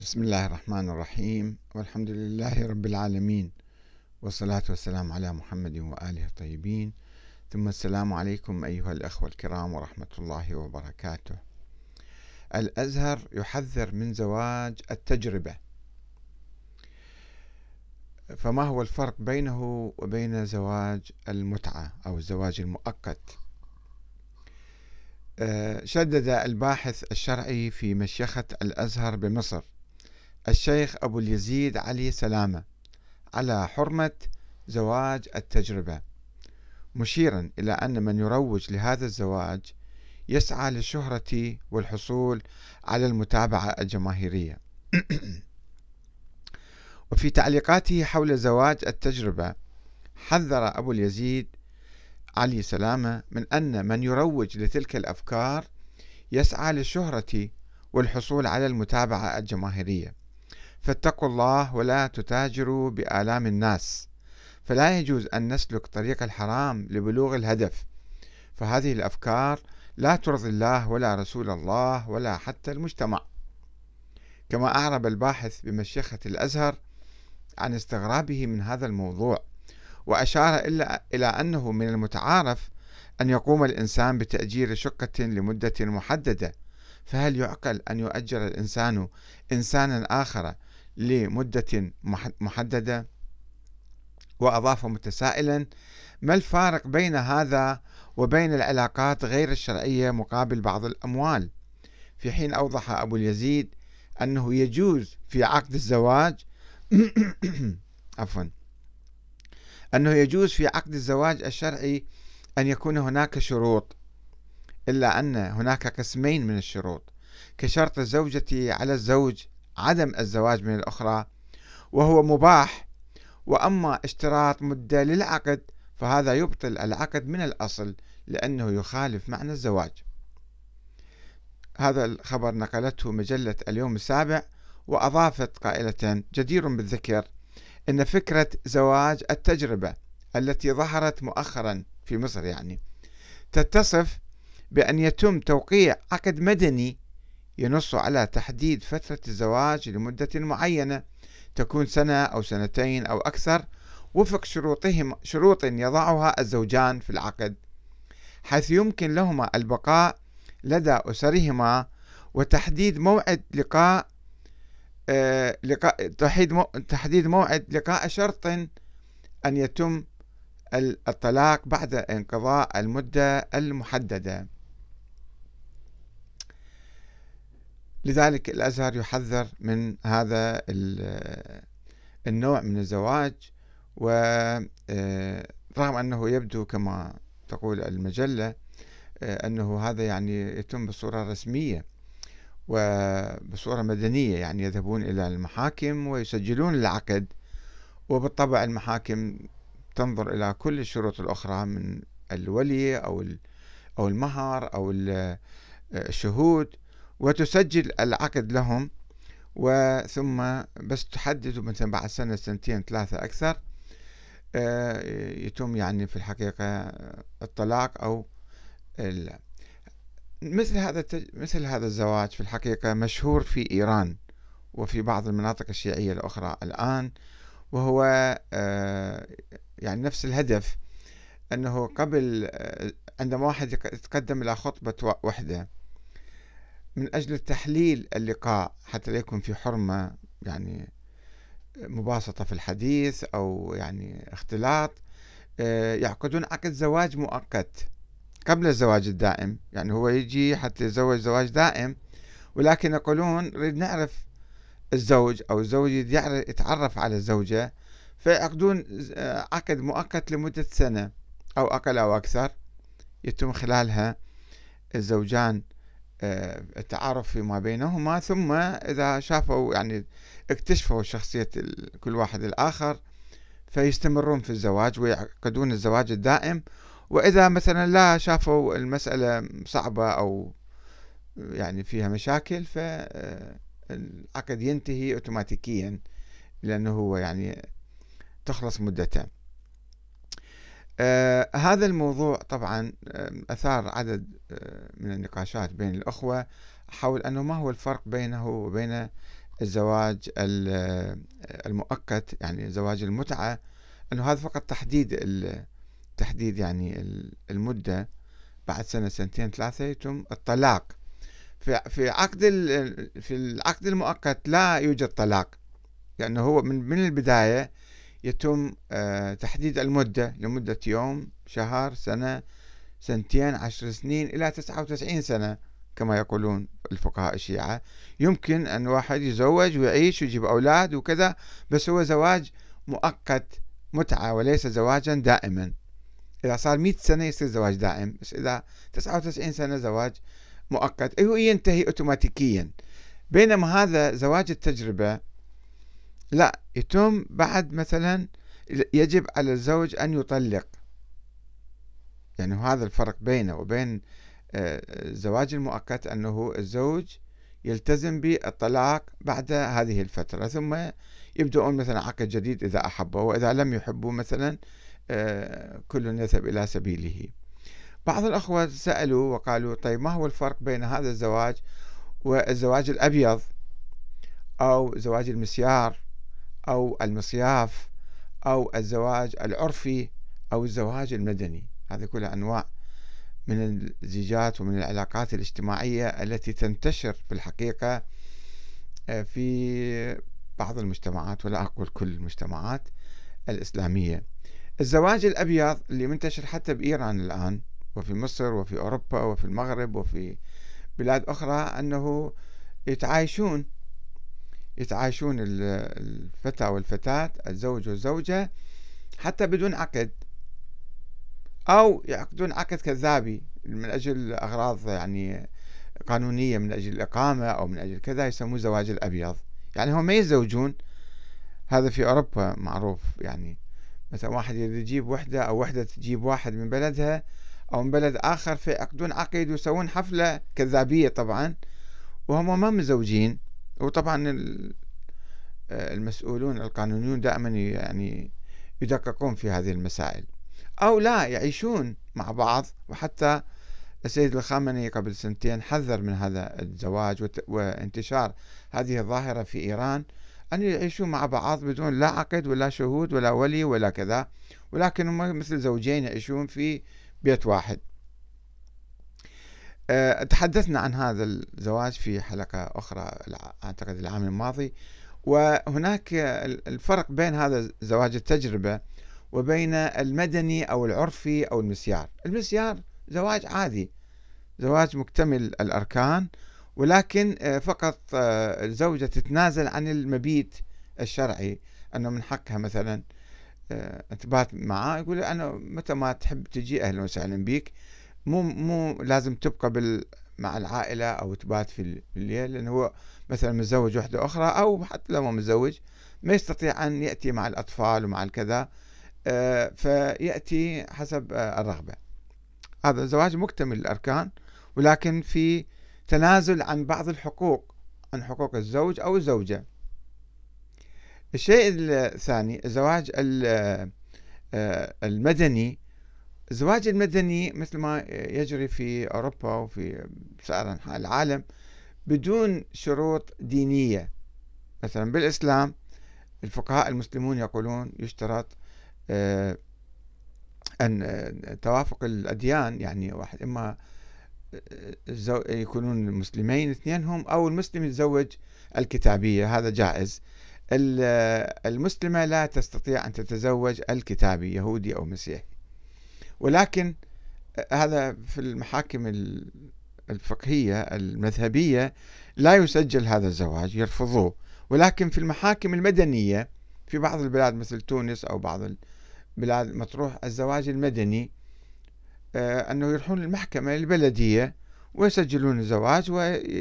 بسم الله الرحمن الرحيم، والحمد لله رب العالمين، والصلاة والسلام على محمد وآله الطيبين، ثم السلام عليكم أيها الأخوة الكرام ورحمة الله وبركاته. الأزهر يحذر من زواج التجربة، فما هو الفرق بينه وبين زواج المتعة أو الزواج المؤقت؟ شدد الباحث الشرعي في مشيخة الأزهر بمصر الشيخ أبو اليزيد علي سلامة على حرمة زواج التجربة، مشيرا إلى أن من يروج لهذا الزواج يسعى للشهرة والحصول على المتابعة الجماهيرية. وفي تعليقاته حول زواج التجربة حذر أبو اليزيد علي سلامة من أن من يروج لتلك الأفكار يسعى للشهرة والحصول على المتابعة الجماهيرية، فاتقوا الله ولا تتاجروا بآلام الناس، فلا يجوز أن نسلك طريق الحرام لبلوغ الهدف، فهذه الأفكار لا ترضي الله ولا رسول الله ولا حتى المجتمع. كما أعرب الباحث بمشيخة الأزهر عن استغرابه من هذا الموضوع، وأشار إلى أنه من المتعارف أن يقوم الإنسان بتأجير شقة لمدة محددة، فهل يعقل أن يؤجر الإنسان إنسانا آخر لمدة محددة؟ وأضاف متسائلا: ما الفارق بين هذا وبين العلاقات غير الشرعية مقابل بعض الأموال؟ في حين أوضح أبو اليزيد أنه يجوز في عقد الزواج عفوا أنه يجوز في عقد الزواج الشرعي أن يكون هناك شروط، إلا أن هناك قسمين من الشروط، كشرط الزوجة على الزوج عدم الزواج من الأخرى وهو مباح، وأما اشتراط مدة للعقد فهذا يبطل العقد من الأصل لأنه يخالف معنى الزواج. هذا الخبر نقلته مجلة اليوم السابع، وأضافت قائلة: جدير بالذكر إن فكرة زواج التجربة التي ظهرت مؤخرا في مصر تتصف بأن يتم توقيع عقد مدني ينص على تحديد فترة الزواج لمدة معينة تكون سنة أو سنتين أو أكثر، وفق شروط يضعها الزوجان في العقد، حيث يمكن لهما البقاء لدى أسرهما وتحديد موعد تحديد موعد لقاء شرط أن يتم الطلاق بعد انقضاء المدة المحددة. لذلك الأزهر يحذر من هذا النوع من الزواج، ورغم أنه يبدو كما تقول المجلة أنه هذا يتم بصورة رسمية وبصورة مدنية، يذهبون إلى المحاكم ويسجلون العقد، وبالطبع المحاكم تنظر إلى كل الشروط الأخرى من الولي أو المهر أو الشهود وتسجل العقد لهم، وثم بس تحدد مثلا بعد سنة سنتين ثلاثة أكثر يتم في الحقيقة الطلاق أو مثل هذا الزواج في الحقيقة مشهور في إيران وفي بعض المناطق الشيعية الأخرى الآن، وهو نفس الهدف، أنه قبل عندما واحد يتقدم إلى خطبة وحدة من أجل تحليل اللقاء حتى لا يكون في حرمة مباسطة في الحديث أو اختلاط، يعقدون عقد زواج مؤقت قبل الزواج الدائم، هو يجي حتى يتزوج زواج دائم، ولكن يقولون نريد نعرف الزوج أو الزوج يتعرف على الزوجة، فيعقدون عقد مؤقت لمدة سنة أو أقل أو أكثر، يتم خلالها الزوجان التعارف فيما بينهما، ثم إذا شافوا اكتشفوا شخصية كل واحد الآخر فيستمرون في الزواج ويعقدون الزواج الدائم، وإذا مثلا لا شافوا المسألة صعبة أو فيها مشاكل فالعقد ينتهي أوتوماتيكيا لأنه هو تخلص مدته. هذا الموضوع طبعا أثار عدد من النقاشات بين الأخوة حول أنه ما هو الفرق بينه وبين الزواج المؤقت، يعني زواج المتعة، أنه هذا فقط تحديد يعني المدة، بعد سنة سنتين ثلاثة يتم الطلاق. في العقد المؤقت لا يوجد طلاق، لأنه هو من البداية يتم تحديد المدة لمدة يوم، شهر، سنة، سنتين، 10 سنين، إلى 99 سنة كما يقولون الفقهاء الشيعة. يمكن أن واحد يزوج ويعيش ويجيب أولاد وكذا، بس هو زواج مؤقت متعة وليس زواجا دائما. إذا صار 100 سنة يصير زواج دائم، بس إذا 99 سنة زواج مؤقت هو ينتهي أوتوماتيكيا. بينما هذا زواج التجربة لا، يتم بعد مثلا، يجب على الزوج أن يطلق. يعني هذا الفرق بينه وبين الزواج المؤقت، أنه الزوج يلتزم بالطلاق بعد هذه الفترة، ثم يبدأون مثلا عقد جديد إذا أحبوا، وإذا لم يحبوا مثلا كل يذهب إلى سبيله. بعض الأخوة سألوا وقالوا طيب ما هو الفرق بين هذا الزواج والزواج الأبيض أو زواج المسيار أو المصياف أو الزواج العرفي أو الزواج المدني؟ هذه كلها أنواع من الزيجات ومن العلاقات الاجتماعية التي تنتشر في الحقيقة في بعض المجتمعات، ولا أقول كل المجتمعات الإسلامية. الزواج الأبيض اللي منتشر حتى بإيران الآن، وفي مصر وفي أوروبا وفي المغرب وفي بلاد أخرى، أنه يتعايشون الفتى والفتاة، الزوج والزوجة، حتى بدون عقد، أو يعقدون عقد كذابي من أجل أغراض يعني قانونية، من أجل الإقامة أو من أجل كذا، يسموه زواج الأبيض. يعني هم ما يتزوجون. هذا في أوروبا معروف. يعني مثلا واحد يجيب وحدة أو وحدة تجيب واحد من بلدها أو من بلد آخر، فيعقدون عقد ويسوون حفلة كذابية طبعا، وهم ما مزوجين. وطبعا المسؤولون القانونيون دائما يعني يدققون في هذه المسائل. أو لا، يعيشون مع بعض. وحتى السيد الخامنئي قبل سنتين حذر من هذا الزواج وانتشار هذه الظاهرة في إيران، أن يعيشون مع بعض بدون لا عقد ولا شهود ولا ولي ولا كذا، ولكن هم مثل زوجين يعيشون في بيت واحد. تحدثنا عن هذا الزواج في حلقة أخرى أعتقد العام الماضي. وهناك الفرق بين هذا زواج التجربة وبين المدني أو العرفي أو المسيار. المسيار زواج عادي، زواج مكتمل الأركان، ولكن فقط الزوجة تتنازل عن المبيت الشرعي، أنه من حقها مثلا تبات معاه، يقول أنا متى ما تحب تجي أهلا وسهلا بك، مو لازم تبقى مع العائلة أو تبات في الليل، لأنه هو مثلا متزوج وحدة أخرى، أو حتى لو متزوج ما يستطيع أن يأتي مع الأطفال ومع الكذا، فيأتي حسب الرغبة. هذا زواج مكتمل الأركان، ولكن في تنازل عن بعض الحقوق، عن حقوق الزوج أو الزوجة. الشيء الثاني الزواج المدني. الزواج المدني مثل ما يجري في أوروبا وفي سائر أنحاء العالم بدون شروط دينية. مثلا بالإسلام الفقهاء المسلمون يقولون يشترط أن توافق الأديان، يعني واحد إما يكونون مسلمين اثنينهم، أو المسلم يتزوج الكتابية، هذا جائز. المسلمة لا تستطيع أن تتزوج الكتابي، يهودي أو مسيحي. ولكن هذا في المحاكم الفقهية المذهبية لا يسجل هذا الزواج، يرفضوه. ولكن في المحاكم المدنية في بعض البلاد مثل تونس أو بعض البلاد مطروح الزواج المدني، أنه يروحون المحكمة البلدية ويسجلون الزواج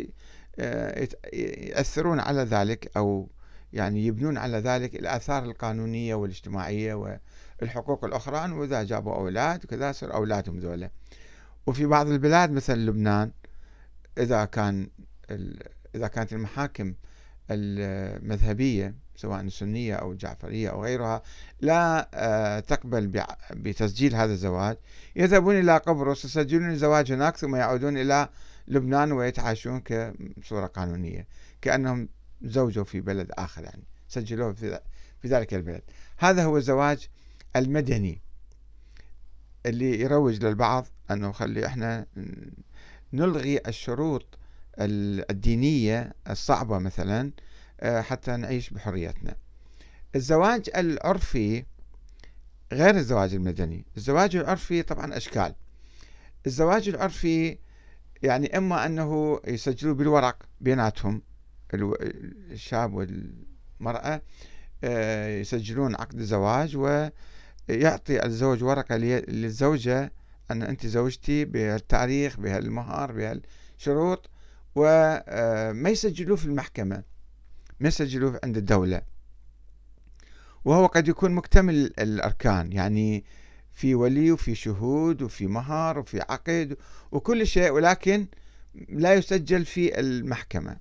ويأثرون على ذلك، أو يعني يبنون على ذلك الآثار القانونية والاجتماعية والحقوق الأخرى، أنه إذا جابوا أولاد وكذا صار أولادهم ذولا. وفي بعض البلاد مثل لبنان، إذا كانت المحاكم المذهبية سواء السنية أو الجعفرية أو غيرها لا تقبل بتسجيل هذا الزواج، يذهبون إلى قبرص يسجلون الزواج هناك، ثم يعودون إلى لبنان ويتعايشون كصورة قانونية، كأنهم تزوجوا في بلد آخر، يعني سجلوه في ذلك البلد. هذا هو الزواج المدني اللي يروج للبعض أنه خلي إحنا نلغي الشروط الدينية الصعبة مثلا حتى نعيش بحريتنا. الزواج العرفي غير الزواج المدني. الزواج العرفي طبعا أشكال. الزواج العرفي يعني إما أنه يسجلوا بالورق بيناتهم، الشاب والمرأة يسجلون عقد الزواج، ويعطي الزوج ورقة للزوجة أن أنت زوجتي بهالتاريخ بهالمهر بهالشروط، وما يسجلوه في المحكمة، ما يسجلوه عند الدولة. وهو قد يكون مكتمل الأركان، يعني في ولي وفي شهود وفي مهر وفي عقد وكل شيء، ولكن لا يسجل في المحكمة.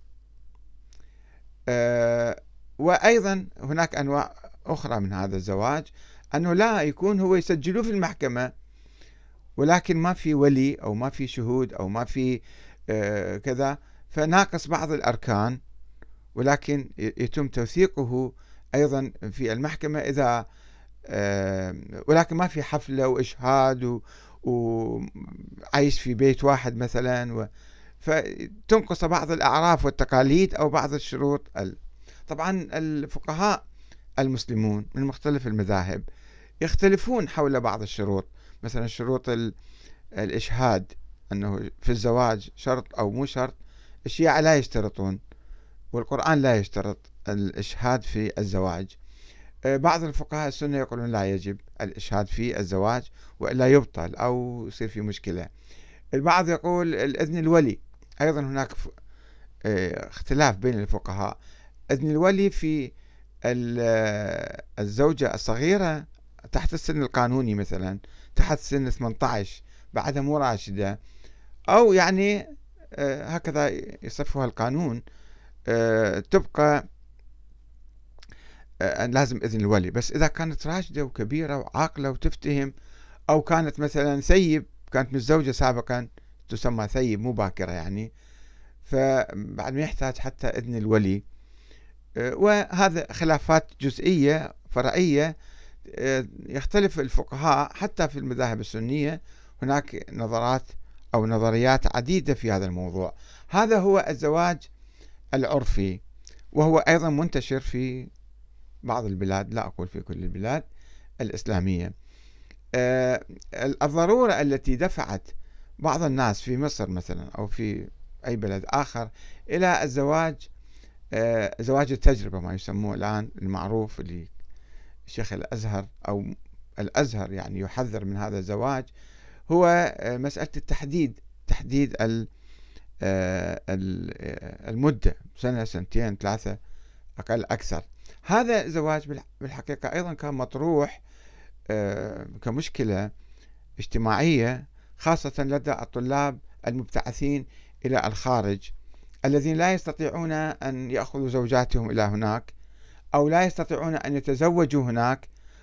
وأيضا هناك أنواع أخرى من هذا الزواج، أنه لا يكون هو يسجلوه في المحكمة ولكن ما في ولي أو ما في شهود أو ما في كذا، فناقص بعض الأركان، ولكن يتم توثيقه أيضا في المحكمة إذا ولكن ما في حفلة وإشهاد وعيش في بيت واحد مثلا، فتنقص بعض الأعراف والتقاليد أو بعض الشروط. طبعا الفقهاء المسلمون من مختلف المذاهب يختلفون حول بعض الشروط، مثلا شروط الإشهاد، أنه في الزواج شرط أو مو شرط. الشيعة لا يشترطون، والقرآن لا يشترط الإشهاد في الزواج. بعض الفقهاء السنة يقولون لا يجب الإشهاد في الزواج وإلا يبطل أو يصير في مشكلة. البعض يقول الإذن الولي، أيضا هناك اختلاف بين الفقهاء. إذن الولي في الزوجة الصغيرة تحت السن القانوني، مثلا تحت سن 18 بعدها مو راشدة، أو يعني هكذا يصفها القانون، تبقى لازم إذن الولي. بس إذا كانت راشدة وكبيرة وعاقلة وتفتهم، أو كانت مثلا ثيب، كانت متزوجة سابقا، تسمى ثيب مو باكرة يعني، فبعد ما يحتاج حتى إذن الولي. وهذا خلافات جزئية فرعية، يختلف الفقهاء حتى في المذاهب السنية، هناك نظرات أو نظريات عديدة في هذا الموضوع. هذا هو الزواج العرفي، وهو أيضا منتشر في بعض البلاد، لا أقول في كل البلاد الإسلامية. الضرورة التي دفعت بعض الناس في مصر مثلا أو في أي بلد آخر إلى الزواج، زواج التجربة ما يسموه الآن المعروف، اللي الشيخ الأزهر أو الأزهر يعني يحذر من هذا الزواج، هو مسألة تحديد المدة، سنة سنتين ثلاثة أقل أكثر. هذا الزواج بالحقيقة أيضا كان مطروح كمشكلة اجتماعية، خاصة لدى الطلاب المبتعثين إلى الخارج، الذين لا يستطيعون أن يأخذوا زوجاتهم إلى هناك، أو لا يستطيعون أن يتزوجوا هناك،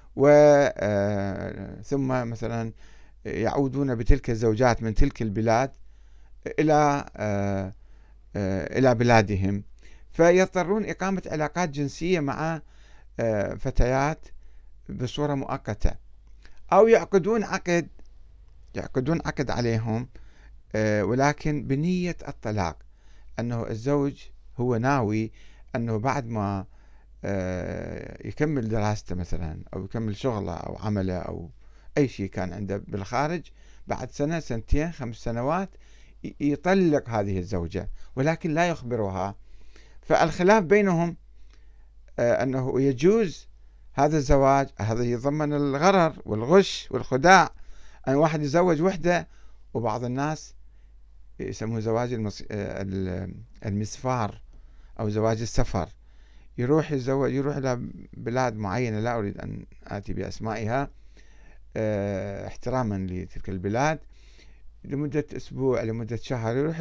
ثم مثلا يعودون بتلك الزوجات من تلك البلاد إلى بلادهم، فيضطرون إقامة علاقات جنسية مع فتيات بصورة مؤقتة، أو يعقدون عقد عليهم، ولكن بنية الطلاق، أنه الزوج هو ناوي أنه بعد ما يكمل دراسته مثلا أو يكمل شغله أو عمله أو أي شيء كان عنده بالخارج، بعد سنة سنتين 5 سنوات يطلق هذه الزوجة، ولكن لا يخبرها. فالخلاف بينهم أنه يجوز هذا الزواج، هذا يتضمن الغرر والغش والخداع، أن واحد يتزوج وحدة، وبعض الناس يسموه زواج المسفار أو زواج السفر، يروح إلى بلاد معينة لا أريد أن آتي بأسمائها احتراما لتلك البلاد، لمدة أسبوع لمدة شهر، يروح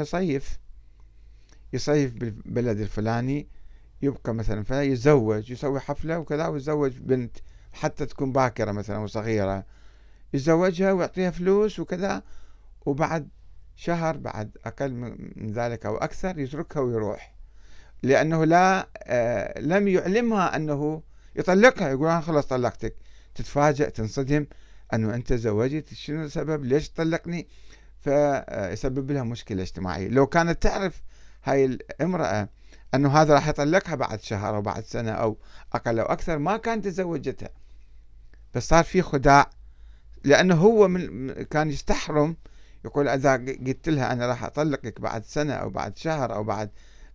يصيف بالبلد الفلاني، يبقى مثلا فيتزوج، يسوي حفلة وكذا، ويتزوج بنت حتى تكون باكرة مثلا وصغيرة، يتزوجها ويعطيها فلوس وكذا، وبعد شهر، بعد أقل من ذلك أو أكثر، يتركها ويروح. لأنه لا لم يعلمها أنه يطلقها، يقول أنا خلاص طلقتك، تتفاجأ تنصدم أنه أنت زوجت، شنو السبب، ليش تطلقني؟ فيسبب لها مشكلة اجتماعية. لو كانت تعرف هاي الامرأة أنه هذا راح يطلقها بعد شهر أو بعد سنة أو أقل أو أكثر ما كانت تزوجتها، بس صار في خداع، لأنه هو كان يستحرم، يقول إذا قلت لها أنا راح أطلقك بعد سنة أو بعد شهر أو بعد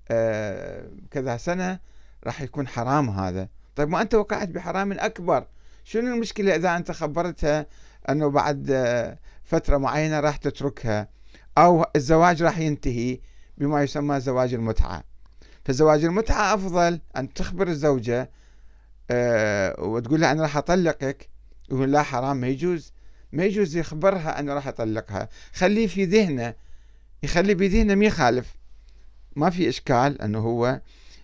كذا سنة راح يكون حرام هذا. طيب ما أنت وقعت بحرام أكبر، شنو المشكلة إذا أنت خبرتها أنه بعد فترة معينة راح تتركها أو الزواج راح ينتهي بما يسمى زواج المتعة؟ فزواج المتعة أفضل أن تخبر الزوجة وتقول لها أنا راح أطلقك، يقول لا حرام ما يجوز، ما يجوز يخبرها أنه راح أطلقها، خليه في ذهنه، يخلي بذهنه ما يخالف، ما في إشكال أنه هو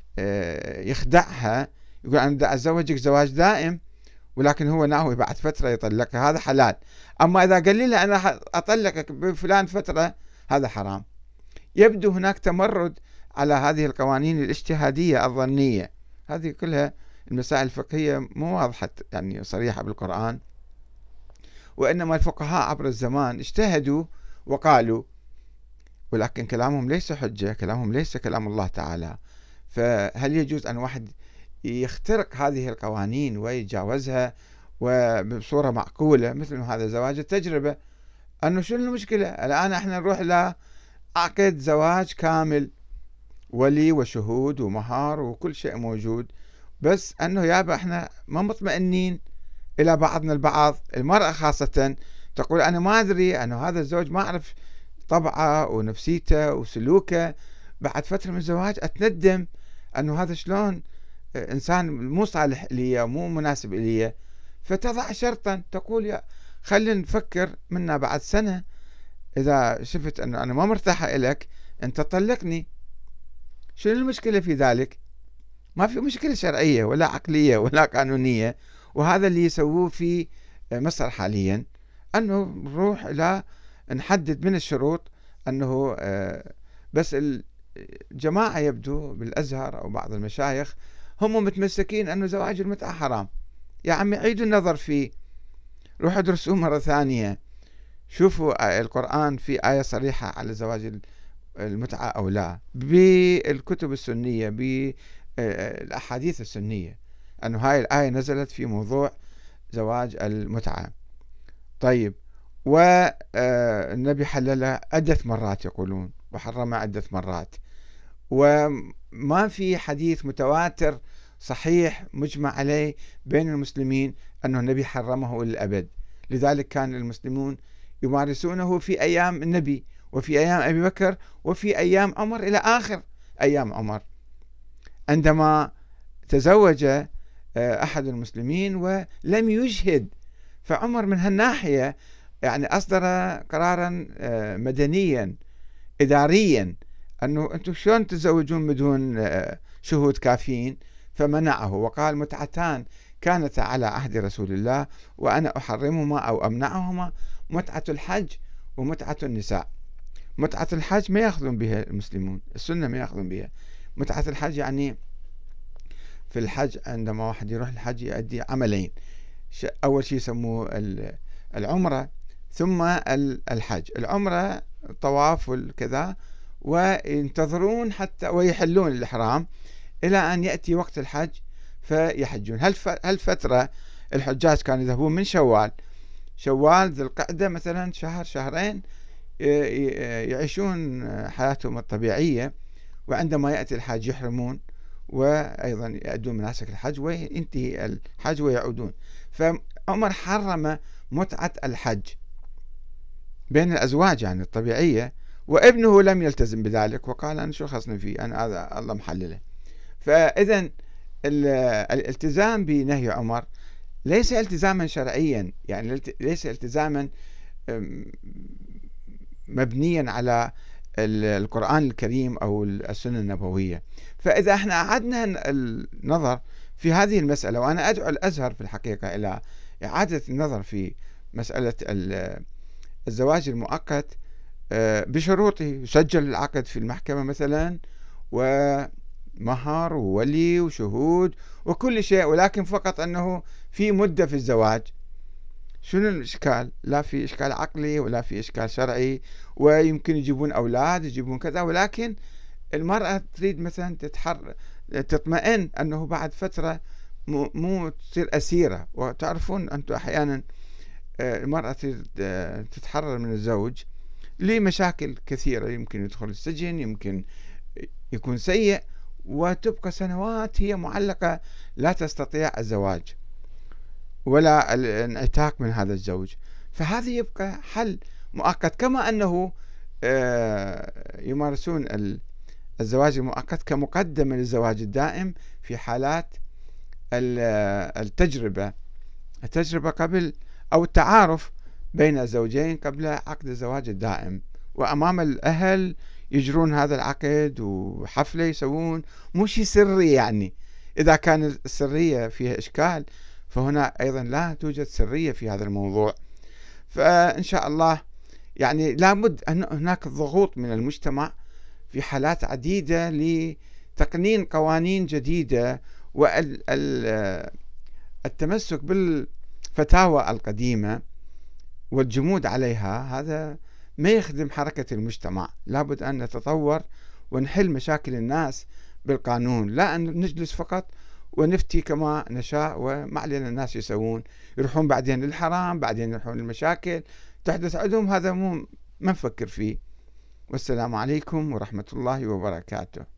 يخدعها، يقول أنا بدي أتزوجك زواج دائم، ولكن هو ناوي بعد فترة يطلقها، هذا حلال. أما إذا قال لي أنا راح أطلقك بفلان فترة، هذا حرام. يبدو هناك تمرد على هذه القوانين الاجتهادية الظنية، هذه كلها المسائل الفقهية مو واضحة يعني صريحة بالقرآن، وإنما الفقهاء عبر الزمان اجتهدوا وقالوا، ولكن كلامهم ليس حجة، كلامهم ليس كلام الله تعالى. فهل يجوز أن واحد يخترق هذه القوانين ويتجاوزها وبصورة معقولة مثل هذا زواج التجربة؟ أنه شنو المشكلة الآن احنا نروح لعقد زواج كامل، ولي وشهود ومهار وكل شيء موجود، بس أنه يابا احنا ما مطمئنين إلى بعضنا البعض. المرأة خاصة تقول أنا ما أدري أنه هذا الزوج، ما أعرف طبعه ونفسيته وسلوكه، بعد فترة من الزواج أتندم أنه هذا شلون إنسان مو صالح لي مو مناسب لي، فتضع شرطا تقول يا خلينا نفكر منا بعد سنة، إذا شفت أنه أنا ما مرتاحة إلك أنت طلقني. شنو المشكلة في ذلك؟ ما في مشكلة شرعية ولا عقلية ولا قانونية. وهذا اللي يسووه في مصر حاليا، أنه نروح إلى نحدد من الشروط أنه بس الجماعة يبدو بالأزهر أو بعض المشايخ هم متمسكين أنه زواج المتعة حرام. يا عمي عيدوا النظر فيه، روحوا ادرسوه مرة ثانية، شوفوا القرآن في آية صريحة على زواج المتعة أو لا، بالكتب السنية بالأحاديث السنية، أنه هاي الآية نزلت في موضوع زواج المتعة. طيب والنبي حلله عدة مرات يقولون وحرمه عدة مرات، وما في حديث متواتر صحيح مجمع عليه بين المسلمين أنه النبي حرمه للأبد. لذلك كان المسلمون يمارسونه في أيام النبي وفي أيام أبي بكر وفي أيام عمر إلى آخر أيام عمر، عندما تزوج أحد المسلمين ولم يجهد. فعمر من هالناحية يعني أصدر قرارا مدنيا إداريا أنه أنتم شلون تتزوجون بدون شهود كافيين، فمنعه وقال متعتان كانتا على عهد رسول الله وأنا أحرمهما أو أمنعهما، متعة الحج ومتعة النساء. متعة الحج ما يأخذون بها المسلمون، السنة ما يأخذون بها. متعة الحج يعني في الحج عندما واحد يروح الحج يؤدي عملين، أول شيء يسموه العمرة ثم الحج. العمرة طواف والكذا، وينتظرون حتى ويحلون الإحرام إلى أن يأتي وقت الحج فيحجون. هالفترة الحجاج كانوا يذهبون من شوال ذي القعدة مثلا شهر شهرين يعيشون حياتهم الطبيعية، وعندما يأتي الحج يحرمون وأيضا يؤدون مناسك الحج وينتهي الحج ويعودون. فعمر حرم متعة الحج بين الأزواج يعني الطبيعية، وابنه لم يلتزم بذلك وقال أنا شو خصني فيه، أنا هذا الله محلله. فإذا الالتزام بنهي عمر ليس التزاما شرعيا، يعني ليس التزاما مبنيا على القرآن الكريم أو السنة النبوية. فإذا احنا أعدنا النظر في هذه المسألة، وأنا أدعو الأزهر في الحقيقة إلى إعادة النظر في مسألة الزواج المؤقت بشروطه، يسجل العقد في المحكمة مثلا، مهر وولي وشهود وكل شيء، ولكن فقط أنه في مدة في الزواج. شنو الإشكال؟ لا في إشكال عقلي ولا في إشكال شرعي، ويمكن يجيبون أولاد يجيبون كذا، ولكن المرأة تريد مثلا تطمئن أنه بعد فترة مو تصير أسيرة. وتعرفون أنتم أحيانا المرأة تريد تتحرر من الزوج لمشاكل كثيرة، يمكن يدخل السجن، يمكن يكون سيء، وتبقى سنوات هي معلقة لا تستطيع الزواج ولا الانعتاق من هذا الزوج. فهذا يبقى حل مؤقت، كما أنه يمارسون الزواج المؤقت كمقدمة للزواج الدائم في حالات التجربة قبل، أو التعارف بين الزوجين قبل عقد الزواج الدائم، وأمام الأهل يجرون هذا العقد وحفلة يسوون، مو شيء سري. يعني إذا كان السرية فيها إشكال، فهنا أيضا لا توجد سرية في هذا الموضوع. فإن شاء الله يعني لابد أن هناك ضغوط من المجتمع في حالات عديدة لتقنين قوانين جديدة، والتمسك بالفتاوى القديمة والجمود عليها هذا ما يخدم حركة المجتمع. لابد أن نتطور ونحل مشاكل الناس بالقانون، لا أن نجلس فقط ونفتي كما نشاء وما علينا الناس يسوون، يروحون بعدين للحرام، بعدين يروحون للمشاكل تحدث عندهم. هذا مو ما نفكر فيه. والسلام عليكم ورحمة الله وبركاته.